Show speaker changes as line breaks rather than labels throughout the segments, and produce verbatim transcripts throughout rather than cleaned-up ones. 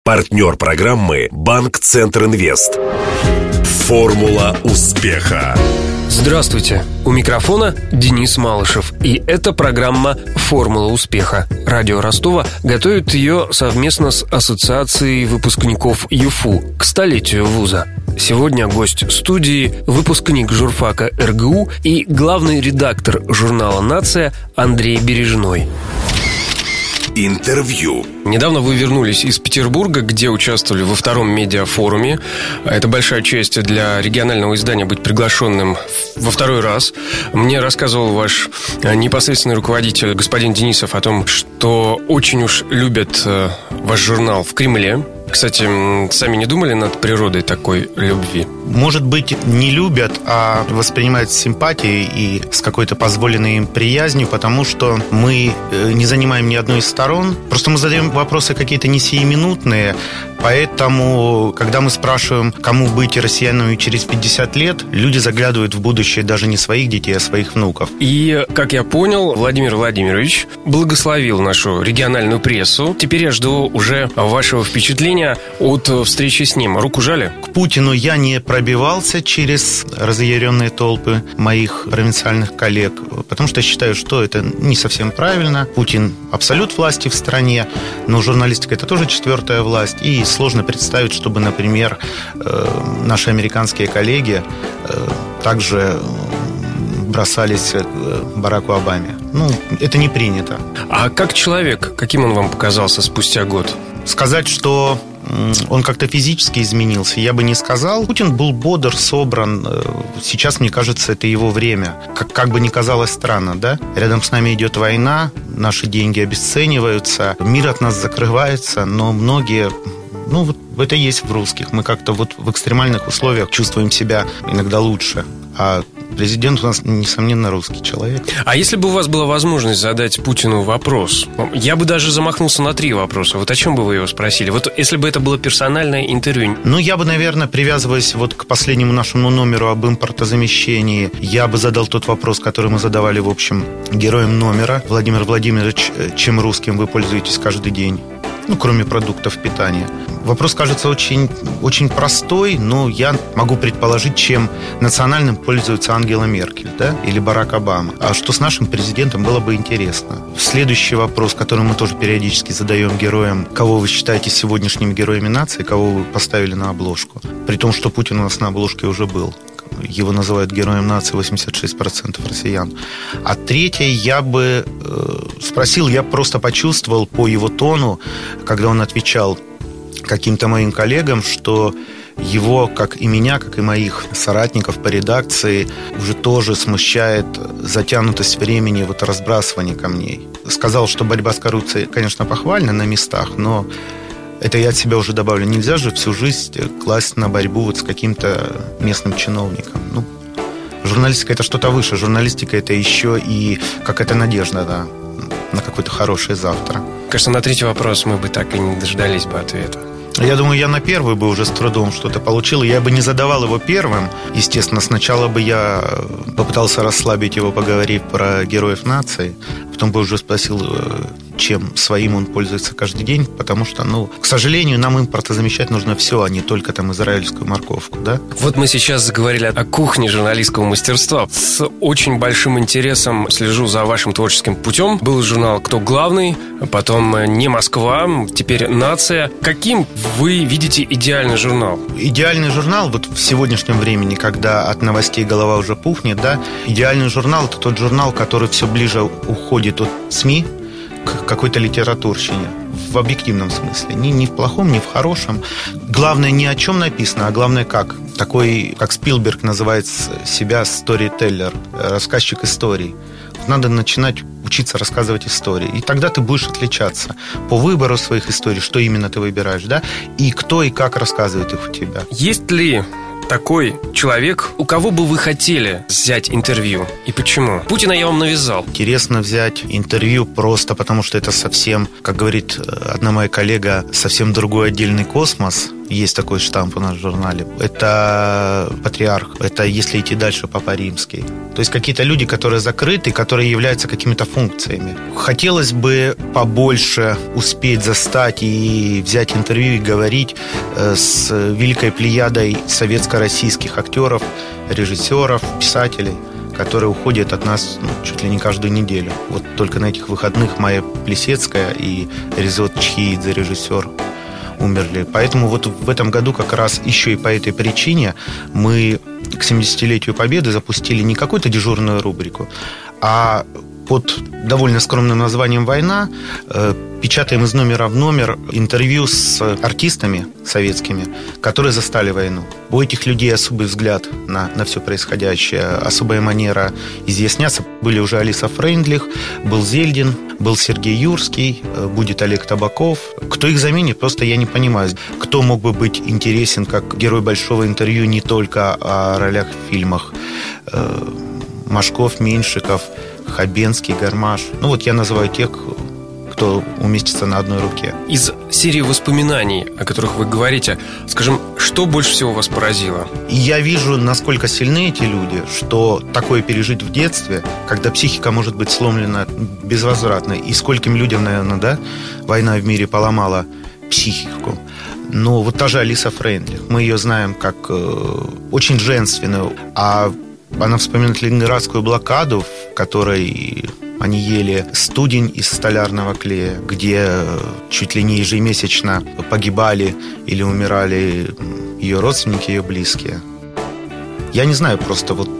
Партнер программы «Банк Центр Инвест». Формула успеха.
Здравствуйте, у микрофона Денис Малышев, и это программа «Формула успеха». Радио Ростова готовит ее совместно с Ассоциацией выпускников ЮФУ к столетию вуза. Сегодня гость студии – выпускник журфака эр гэ у и главный редактор журнала «Нация» Андрей Бережной.
Интервью.
Недавно вы вернулись из Петербурга, где участвовали во втором медиафоруме. Это большая честь для регионального издания быть приглашенным во второй раз. Мне рассказывал ваш непосредственный руководитель, господин Денисов, о том, что очень уж любят ваш журнал в Кремле. Кстати, сами не думали над природой такой любви?
Может быть, не любят, а воспринимают с симпатией и с какой-то позволенной им приязнью, потому что мы не занимаем ни одной из сторон. Просто мы задаем вопросы какие-то не сиюминутные. Поэтому, когда мы спрашиваем, кому быть россиянами через пятьдесят лет, люди заглядывают в будущее даже не своих детей, а своих внуков.
И, как я понял, Владимир Владимирович благословил нашу региональную прессу. Теперь я жду уже вашего впечатления от встречи с ним. Руку жали?
К Путину я не пробивался через разъяренные толпы моих провинциальных коллег, потому что я считаю, что это не совсем правильно. Путин абсолют власти в стране, но журналистика – это тоже четвертая власть. И сложно представить, чтобы, например, наши американские коллеги также бросались к Бараку Обаме. Ну, это не принято.
А как человек, каким он вам показался спустя год?
Сказать, что он как-то физически изменился, я бы не сказал. Путин был бодр, собран. Сейчас, мне кажется, это его время. Как, как бы ни казалось странно, да? Рядом с нами идет война, наши деньги обесцениваются, мир от нас закрывается, но многие... Ну, вот это есть в русских. Мы как-то вот в экстремальных условиях чувствуем себя иногда лучше. А президент у нас, несомненно, русский человек.
А если бы у вас была возможность задать Путину вопрос, я бы даже замахнулся на три вопроса. Вот о чем бы вы его спросили? Вот если бы это было персональное интервью.
Ну, я бы, наверное, привязываясь вот к последнему нашему номеру об импортозамещении, я бы задал тот вопрос, который мы задавали, в общем, героям номера. Владимир Владимирович, чем русским вы пользуетесь каждый день? Ну, кроме продуктов питания. Вопрос кажется очень, очень простой, но я могу предположить, чем национальным пользуется Ангела Меркель, да, или Барак Обама. А что с нашим президентом, было бы интересно. Следующий вопрос, который мы тоже периодически задаем героям: кого вы считаете сегодняшними героями нации, кого вы поставили на обложку? При том, что Путин у нас на обложке уже был. Его называют героем нации восемьдесят шесть процентов россиян. А третье, я бы э, спросил, я просто почувствовал по его тону, когда он отвечал каким-то моим коллегам, что его, как и меня, как и моих соратников по редакции, уже тоже смущает затянутость времени, вот разбрасывание камней. Сказал, что борьба с коррупцией, конечно, похвальна на местах, но это я от себя уже добавлю. Нельзя же всю жизнь класть на борьбу вот с каким-то местным чиновником. Ну, журналистика – это что-то выше. Журналистика – это еще и какая-то надежда, да, на какое-то хорошее завтра.
Кажется, на третий вопрос мы бы так и не дождались бы ответа.
Я думаю, я на первый бы уже с трудом что-то получил. Я бы не задавал его первым. Естественно, сначала бы я попытался расслабить его, поговорив про героев нации. Потом бы уже спросил, чем своим он пользуется каждый день. Потому что, ну, к сожалению, нам импортозамещать нужно все, а не только там израильскую морковку, да?
Вот мы сейчас заговорили о кухне журналистского мастерства. С очень большим интересом слежу за вашим творческим путем. Был журнал «Кто главный?», потом «Не Москва», теперь «Нация». Каким вы видите идеальный журнал?
Идеальный журнал, вот в сегодняшнем времени, когда от новостей голова уже пухнет, да, идеальный журнал – это тот журнал, который все ближе уходит от СМИ к какой-то литературщине. В объективном смысле. Не, не в плохом, не в хорошем. Главное не о чем написано, а главное как. Такой, как Спилберг называет себя, storyteller, рассказчик историй. Надо начинать учиться рассказывать истории. И тогда ты будешь отличаться по выбору своих историй, что именно ты выбираешь, да, и кто и как рассказывает их у тебя.
Есть ли такой человек, у кого бы вы хотели взять интервью и почему? Путина я вам навязал.
Интересно взять интервью просто потому, что это совсем, как говорит одна моя коллега, совсем другой отдельный космос. Есть такой штамп у нас в журнале. Это патриарх. Это, если идти дальше, Папа Римский. То есть какие-то люди, которые закрыты, которые являются какими-то функциями. Хотелось бы побольше успеть застать и взять интервью и говорить с великой плеядой советско-российских актеров, режиссеров, писателей, которые уходят от нас ну, чуть ли не каждую неделю. Вот только на этих выходных Майя Плисецкая и Резот Чхиидзе, режиссер, умерли. Поэтому вот в этом году как раз еще и по этой причине мы к семидесятилетию Победы запустили не какую-то дежурную рубрику, а под довольно скромным названием «Война» печатаем из номера в номер интервью с артистами советскими, которые застали войну. У этих людей особый взгляд на, на все происходящее, особая манера изъясняться. Были уже Алиса Фрейндлих, был Зельдин, был Сергей Юрский, будет Олег Табаков. Кто их заменит, просто я не понимаю. Кто мог бы быть интересен как герой большого интервью не только о ролях в фильмах? Машков, Меньшиков, Хабенский, Гармаш. Ну вот я называю тех, кто уместится на одной руке.
Из серии воспоминаний, о которых вы говорите, скажем, что больше всего вас поразило?
Я вижу, насколько сильны эти люди, что такое пережить в детстве, когда психика может быть сломлена безвозвратно. И скольким людям, наверное, да, война в мире поломала психику. Но вот та же Алиса Фрейндлих, мы ее знаем как э, очень женственную, а она вспоминает ленинградскую блокаду, в которой они ели студень из столярного клея, где чуть ли не ежемесячно погибали или умирали ее родственники, ее близкие. Я не знаю, просто вот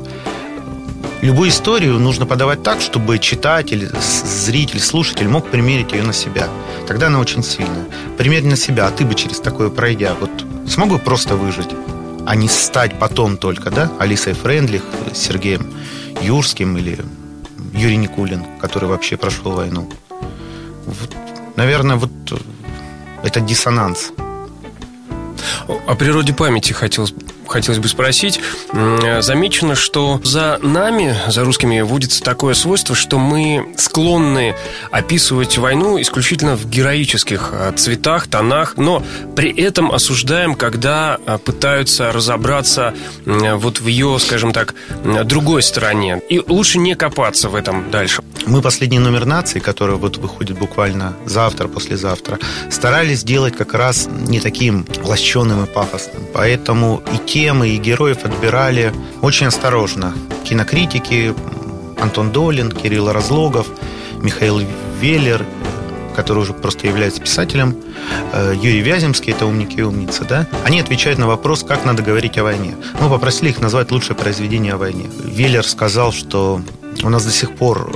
любую историю нужно подавать так, чтобы читатель, зритель, слушатель мог примерить ее на себя. Тогда она очень сильная. Примерь на себя, а ты бы через такое пройдя, вот смог бы просто выжить, а не стать потом только, да, Алисой Фрейндлих, Сергеем Юрским или Юрий Никулин, который вообще прошел войну. Вот, наверное, вот это диссонанс.
О природе памяти хотелось, хотелось бы спросить. Замечено, что за нами, за русскими, водится такое свойство, что мы склонны описывать войну исключительно в героических цветах, тонах, но при этом осуждаем, когда пытаются разобраться вот в ее, скажем так, другой стороне. И лучше не копаться в этом дальше.
Мы последний номер «Нации», который вот выходит буквально завтра, послезавтра, старались сделать как раз не таким лощеным и пафосным. Поэтому и темы, и героев отбирали очень осторожно. Кинокритики Антон Долин, Кирилл Разлогов, Михаил Веллер, который уже просто является писателем, Юрий Вяземский, это умники и умницы, да? Они отвечают на вопрос, как надо говорить о войне. Мы попросили их назвать лучшее произведение о войне. Веллер сказал, что у нас до сих пор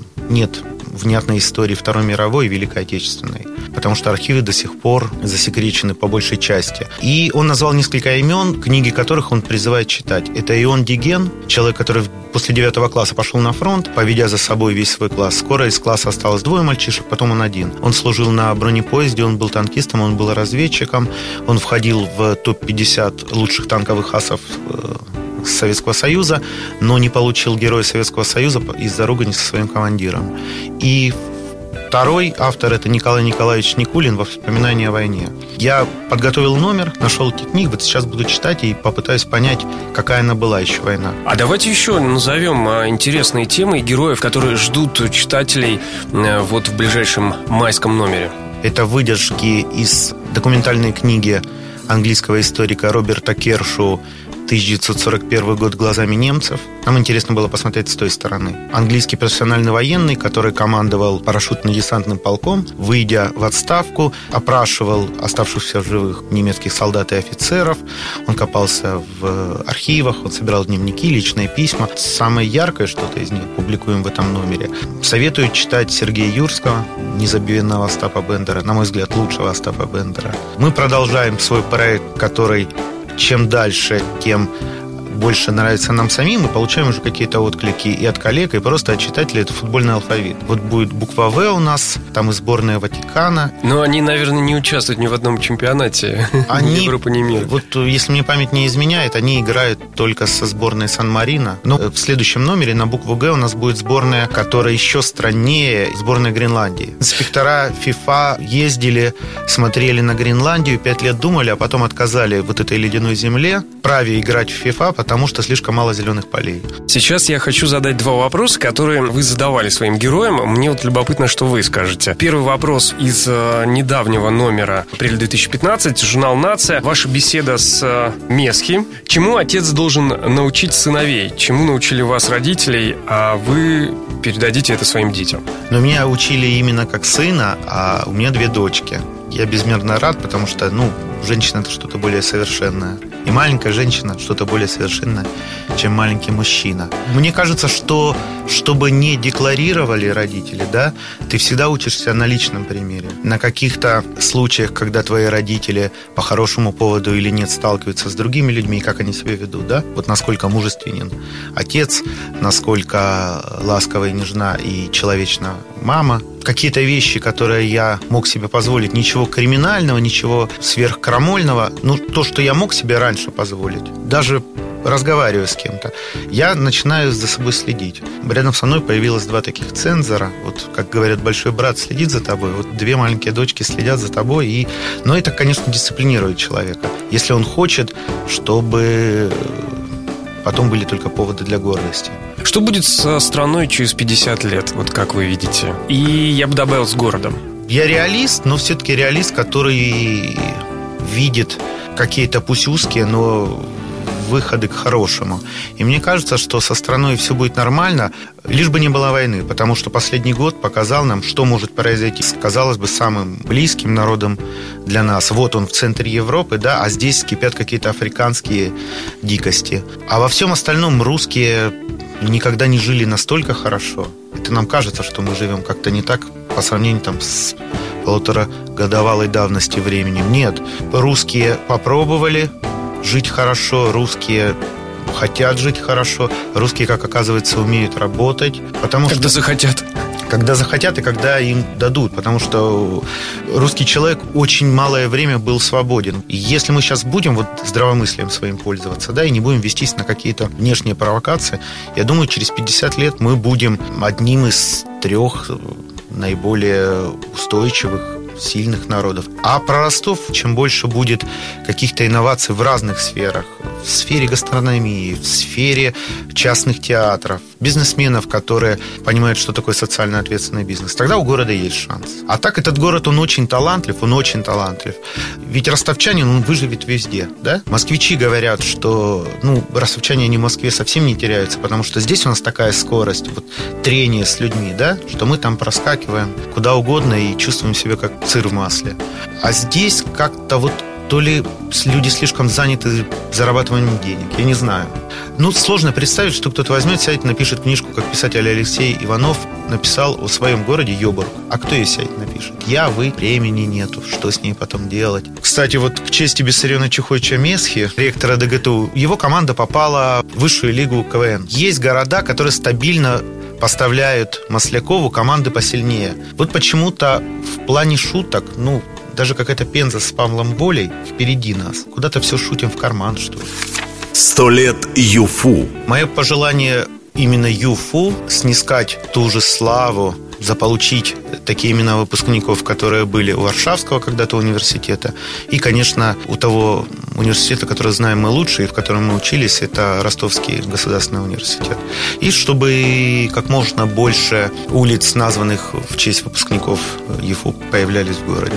нет внятной истории Второй мировой и Великой Отечественной, потому что архивы до сих пор засекречены по большей части. И он назвал несколько имен, книги которых он призывает читать. Это Ион Диген, человек, который после девятого класса пошел на фронт, поведя за собой весь свой класс. Скоро из класса осталось двое мальчишек, потом он один. Он служил на бронепоезде, он был танкистом, он был разведчиком, он входил в топ пятьдесят лучших танковых асов Советского Союза, но не получил Героя Советского Союза из-за ругани со своим командиром. И второй автор — это Николай Николаевич Никулин «Воспоминания о войне». Я подготовил номер, нашел эти книги, вот сейчас буду читать и попытаюсь понять, какая она была еще война.
А давайте еще назовем интересные темы и героев, которые ждут читателей вот в ближайшем майском номере.
Это выдержки из документальной книги английского историка Роберта Кершу тысяча девятьсот сорок первый год «Глазами немцев». Нам интересно было посмотреть с той стороны. Английский профессиональный военный, который командовал парашютно-десантным полком, выйдя в отставку, опрашивал оставшихся в живых немецких солдат и офицеров. Он копался в архивах, он собирал дневники, личные письма. Самое яркое что-то из них публикуем в этом номере. Советую читать Сергея Юрского, незабвенного Остапа Бендера, на мой взгляд, лучшего Остапа Бендера. Мы продолжаем свой проект, который чем дальше, тем больше нравится нам самим, мы получаем уже какие-то отклики и от коллег, и просто от читателей. Это футбольный алфавит. Вот будет буква «В» у нас, там и сборная Ватикана.
Но они, наверное, не участвуют ни в одном чемпионате
они,
ни Европы, ни мира.
Вот если мне память не изменяет, они играют только со сборной Сан-Марино. Но в следующем номере на букву «Г» у нас будет сборная, которая еще страннее, сборная Гренландии. Инспектора ФИФА ездили, смотрели на Гренландию, пять лет думали, а потом отказали вот этой ледяной земле праве играть в ФИФА, потому что слишком мало зеленых полей.
Сейчас я хочу задать два вопроса, которые вы задавали своим героям. Мне вот любопытно, что вы скажете. Первый вопрос из э, недавнего номера апреля две тысячи пятнадцатого, журнал «Нация». Ваша беседа с э, Месхи. Чему отец должен научить сыновей? Чему научили вас родителей, а вы передадите это своим детям?
Но меня учили именно как сына, а у меня две дочки. Я безмерно рад, потому что, ну, женщина – это что-то более совершенное. И маленькая женщина – что-то более совершенное, чем маленький мужчина. Мне кажется, что, чтобы не декларировали родители, да, ты всегда учишься на личном примере. На каких-то случаях, когда твои родители по хорошему поводу или нет сталкиваются с другими людьми, как они себя ведут, да, вот насколько мужественен отец, насколько ласкова и нежна и человечна мама. Какие-то вещи, которые я мог себе позволить, ничего криминального, ничего сверхкрамольного, ну, то, что я мог себе раньше позволить, даже разговаривая с кем-то, я начинаю за собой следить. Рядом со мной появилось два таких цензора, вот, как говорят, большой брат следит за тобой, вот две маленькие дочки следят за тобой, и... но это, конечно, дисциплинирует человека, если он хочет, чтобы потом были только поводы для гордости.
Что будет со страной через пятьдесят лет, вот как вы видите? И я бы добавил, с городом.
Я реалист, но все-таки реалист, который видит какие-то, пусть узкие, но выходы к хорошему. И мне кажется, что со страной все будет нормально, лишь бы не было войны, потому что последний год показал нам, что может произойти с, казалось бы, самым близким народом для нас. Вот он в центре Европы, да, а здесь кипят какие-то африканские дикости. А во всем остальном русские никогда не жили настолько хорошо. Это нам кажется, что мы живем как-то не так по сравнению там с полуторагодовалой давности временем. Нет, русские попробовали жить хорошо, русские хотят жить хорошо, русские, как оказывается, умеют работать, потому
когда
что...
захотят.
Когда захотят и когда им дадут, потому что русский человек очень малое время был свободен. И если мы сейчас будем вот здравомыслием своим пользоваться, да, и не будем вестись на какие-то внешние провокации, я думаю, через пятьдесят лет мы будем одним из трех наиболее устойчивых, сильных народов. А про Ростов, чем больше будет каких-то инноваций в разных сферах, в сфере гастрономии, в сфере частных театров, бизнесменов, которые понимают, что такое социально ответственный бизнес, тогда у города есть шанс. А так этот город, он очень талантлив, он очень талантлив. Ведь ростовчанин, он выживет везде, да? Москвичи говорят, что, ну, ростовчане, они в Москве совсем не теряются, потому что здесь у нас такая скорость, вот, трение с людьми, да, что мы там проскакиваем куда угодно и чувствуем себя как сыр в масле. А здесь как-то вот то ли люди слишком заняты зарабатыванием денег, я не знаю. Ну, сложно представить, что кто-то возьмет, сядет, напишет книжку, как писатель Алексей Иванов написал о своем городе Йобург. А кто ей сядет, напишет? Я, вы, времени нету, что с ней потом делать? Кстати, вот к чести Виссариона Чухойча Месхи, ректора ДГТУ, его команда попала в высшую лигу КВН. Есть города, которые стабильно поставляют Маслякову команды посильнее. Вот почему-то в плане шуток, ну, даже какая-то Пенза с Павлом Волей впереди нас. Куда-то все шутим в карман, что ли.
Сто лет ЮФУ.
Мое пожелание именно ЮФУ снискать ту же славу, заполучить такие имена выпускников, которые были у Варшавского когда-то университета, и, конечно, у того университета, который знаем мы лучше и в котором мы учились, это Ростовский государственный университет. И чтобы как можно больше улиц, названных в честь выпускников ЮФУ, появлялись в городе.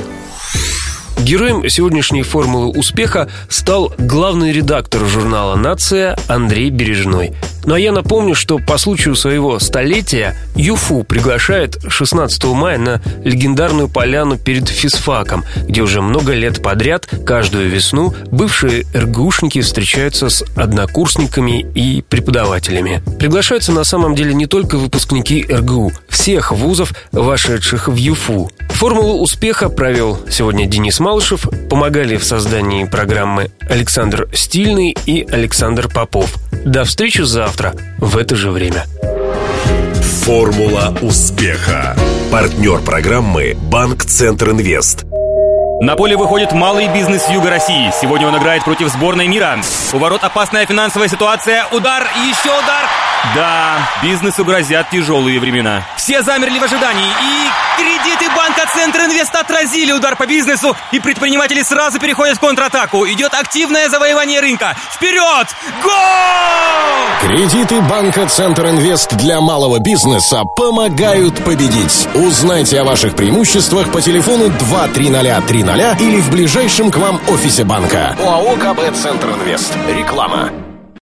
Героем сегодняшней формулы успеха стал главный редактор журнала «Нация» Андрей Бережной. Ну а я напомню, что по случаю своего столетия ЮФУ приглашает шестнадцатого мая на легендарную поляну перед физфаком, где уже много лет подряд, каждую весну, бывшие эр гэ ушники встречаются с однокурсниками и преподавателями. Приглашаются на самом деле не только выпускники эр гэ у, всех вузов, вошедших в ЮФУ. Формулу успеха провел сегодня Денис Малышев. Помогали в создании программы Александр Стильный и Александр Попов. До встречи завтра в это же время.
Формула успеха. Партнер программы «Банк Центр Инвест».
На поле выходит малый бизнес Юга России. Сегодня он играет против сборной мира. У ворот опасная финансовая ситуация. Удар, еще удар. Да, бизнесу грозят тяжелые времена. Все замерли в ожидании. И кредиты банка Центр Инвест отразили удар по бизнесу. И предприниматели сразу переходят в контратаку. Идет активное завоевание рынка. Вперед! Гол!
Кредиты банка Центр Инвест для малого бизнеса помогают победить. Узнайте о ваших преимуществах по телефону два три ноль три ноль или в ближайшем к вам офисе банка. ОАО КБ Центр Инвест. Реклама.